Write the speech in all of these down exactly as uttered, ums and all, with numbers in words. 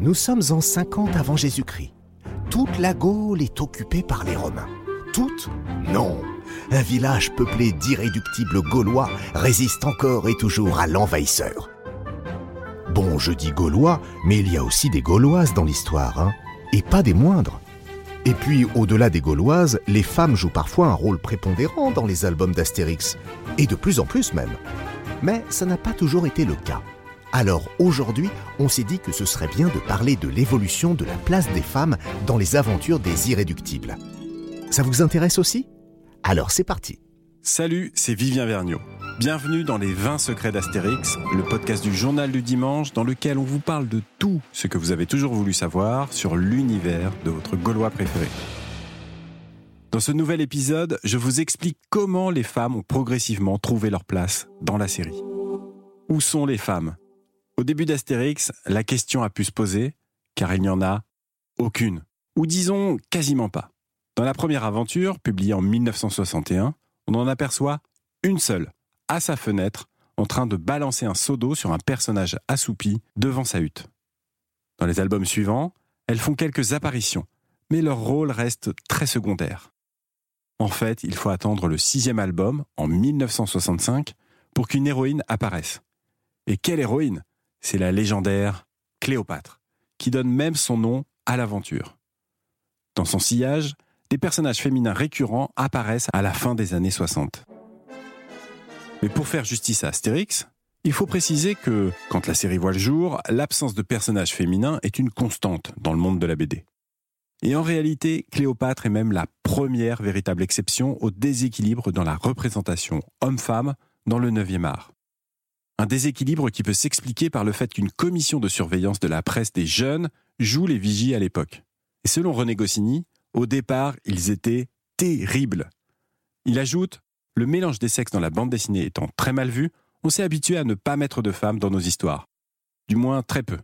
Nous sommes en cinquante avant Jésus-Christ. Toute la Gaule est occupée par les Romains. Toute ? Non. Un village peuplé d'irréductibles Gaulois résiste encore et toujours à l'envahisseur. Bon, je dis Gaulois, mais il y a aussi des Gauloises dans l'histoire, hein, et pas des moindres. Et puis, au-delà des Gauloises, les femmes jouent parfois un rôle prépondérant dans les albums d'Astérix, et de plus en plus même. Mais ça n'a pas toujours été le cas. Alors aujourd'hui, on s'est dit que ce serait bien de parler de l'évolution de la place des femmes dans les aventures des Irréductibles. Ça vous intéresse aussi ? Alors c'est parti. Salut, c'est Vivien Vergniaud. Bienvenue dans les vingt secrets d'Astérix, le podcast du Journal du Dimanche dans lequel on vous parle de tout ce que vous avez toujours voulu savoir sur l'univers de votre Gaulois préféré. Dans ce nouvel épisode, je vous explique comment les femmes ont progressivement trouvé leur place dans la série. Où sont les femmes ? Au début d'Astérix, la question a pu se poser, car il n'y en a aucune, ou disons quasiment pas. Dans la première aventure, publiée en dix-neuf cent soixante et un, on en aperçoit une seule, à sa fenêtre, en train de balancer un seau d'eau sur un personnage assoupi devant sa hutte. Dans les albums suivants, elles font quelques apparitions, mais leur rôle reste très secondaire. En fait, il faut attendre le sixième album, en dix-neuf cent soixante-cinq, pour qu'une héroïne apparaisse. Et quelle héroïne ? C'est la légendaire Cléopâtre, qui donne même son nom à l'aventure. Dans son sillage, des personnages féminins récurrents apparaissent à la fin des années soixante. Mais pour faire justice à Astérix, il faut préciser que, quand la série voit le jour, l'absence de personnages féminins est une constante dans le monde de la B D. Et en réalité, Cléopâtre est même la première véritable exception au déséquilibre dans la représentation homme-femme dans le neuvième art. Un déséquilibre qui peut s'expliquer par le fait qu'une commission de surveillance de la presse des jeunes joue les vigies à l'époque. Et selon René Goscinny, au départ, ils étaient terribles. Il ajoute « Le mélange des sexes dans la bande dessinée étant très mal vu, on s'est habitué à ne pas mettre de femmes dans nos histoires. Du moins, très peu.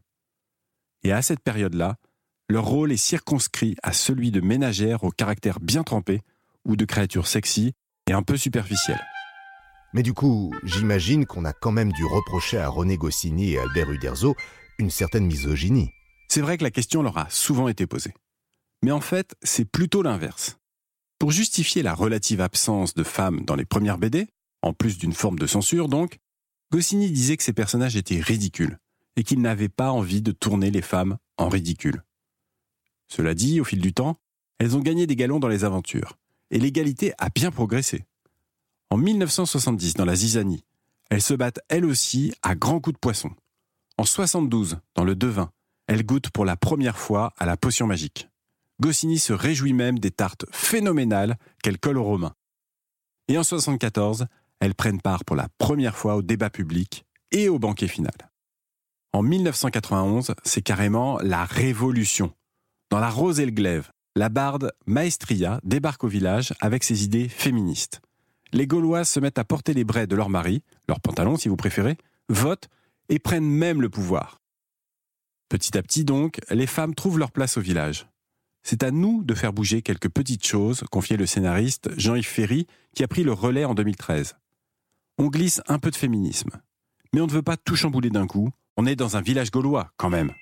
Et à cette période-là, leur rôle est circonscrit à celui de ménagères au caractère bien trempé ou de créatures sexy et un peu superficielles. » Mais du coup, j'imagine qu'on a quand même dû reprocher à René Goscinny et Albert Uderzo une certaine misogynie. C'est vrai que la question leur a souvent été posée. Mais en fait, c'est plutôt l'inverse. Pour justifier la relative absence de femmes dans les premières B D, en plus d'une forme de censure donc, Goscinny disait que ces personnages étaient ridicules et qu'il n'avait pas envie de tourner les femmes en ridicule. Cela dit, au fil du temps, elles ont gagné des galons dans les aventures et l'égalité a bien progressé. En dix-neuf cent soixante-dix, dans la Zizanie, elles se battent elles aussi à grands coups de poisson. En soixante-douze, dans le Devin, elles goûtent pour la première fois à la potion magique. Goscinny se réjouit même des tartes phénoménales qu'elles collent aux Romains. Et en soixante-quatorze, elles prennent part pour la première fois au débat public et au banquet final. En dix-neuf cent quatre-vingt-onze, c'est carrément la révolution. Dans La Rose et le Glaive, la barde Maestria débarque au village avec ses idées féministes. Les Gauloises se mettent à porter les braies de leur mari, leurs pantalons si vous préférez, votent et prennent même le pouvoir. Petit à petit donc, les femmes trouvent leur place au village. C'est à nous de faire bouger quelques petites choses, confiait le scénariste Jean-Yves Ferry, qui a pris le relais en deux mille treize. On glisse un peu de féminisme. Mais on ne veut pas tout chambouler d'un coup, on est dans un village gaulois quand même.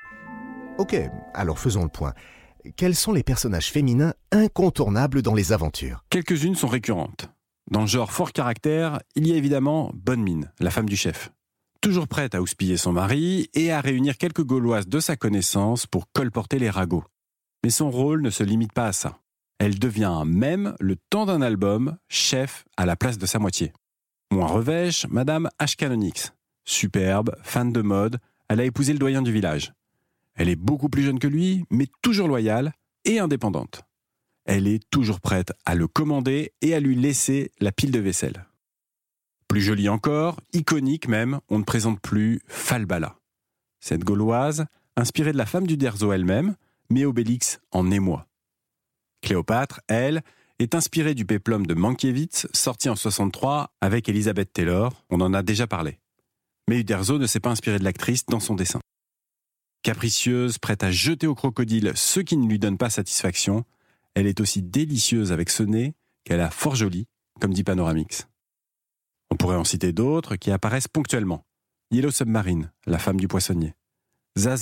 Ok, alors faisons le point. Quels sont les personnages féminins incontournables dans les aventures ? Quelques-unes sont récurrentes. Dans le genre fort caractère, il y a évidemment Bonne Mine, la femme du chef. Toujours prête à houspiller son mari et à réunir quelques Gauloises de sa connaissance pour colporter les ragots. Mais son rôle ne se limite pas à ça. Elle devient même, le temps d'un album, chef à la place de sa moitié. Moins revêche, Madame Ashkanonix. Superbe, fan de mode, elle a épousé le doyen du village. Elle est beaucoup plus jeune que lui, mais toujours loyale et indépendante. Elle est toujours prête à le commander et à lui laisser la pile de vaisselle. Plus jolie encore, iconique même, on ne présente plus Falbala. Cette Gauloise, inspirée de la femme d'Uderzo elle-même, mais Obélix en émoi. Cléopâtre, elle, est inspirée du péplum de Mankiewicz, sorti en soixante-trois avec Elizabeth Taylor, on en a déjà parlé. Mais Uderzo ne s'est pas inspiré de l'actrice dans son dessin. Capricieuse, prête à jeter au crocodile ceux qui ne lui donnent pas satisfaction, elle est aussi délicieuse avec ce nez qu'elle a fort joli, comme dit Panoramix. On pourrait en citer d'autres qui apparaissent ponctuellement. Yellow Submarine, la femme du poissonnier. Zaza,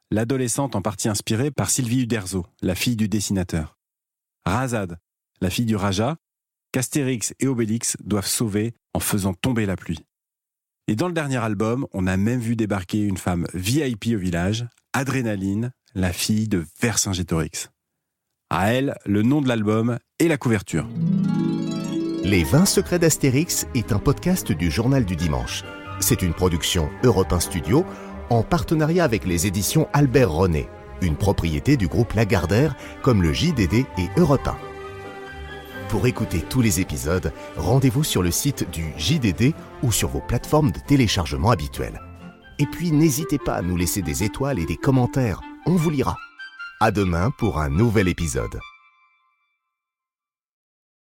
l'adolescente en partie inspirée par Sylvie Uderzo, la fille du dessinateur. Razad, la fille du Raja, qu'Astérix et Obélix doivent sauver en faisant tomber la pluie. Et dans le dernier album, on a même vu débarquer une femme V I P au village, Adrénaline, la fille de Vercingétorix. À elle, le nom de l'album et la couverture. Les vingt secrets d'Astérix est un podcast du Journal du Dimanche. C'est une production Europe un Studio en partenariat avec les éditions Albert René, une propriété du groupe Lagardère comme le J D D et Europe un. Pour écouter tous les épisodes, rendez-vous sur le site du J D D ou sur vos plateformes de téléchargement habituelles. Et puis n'hésitez pas à nous laisser des étoiles et des commentaires, on vous lira. À demain pour un nouvel épisode.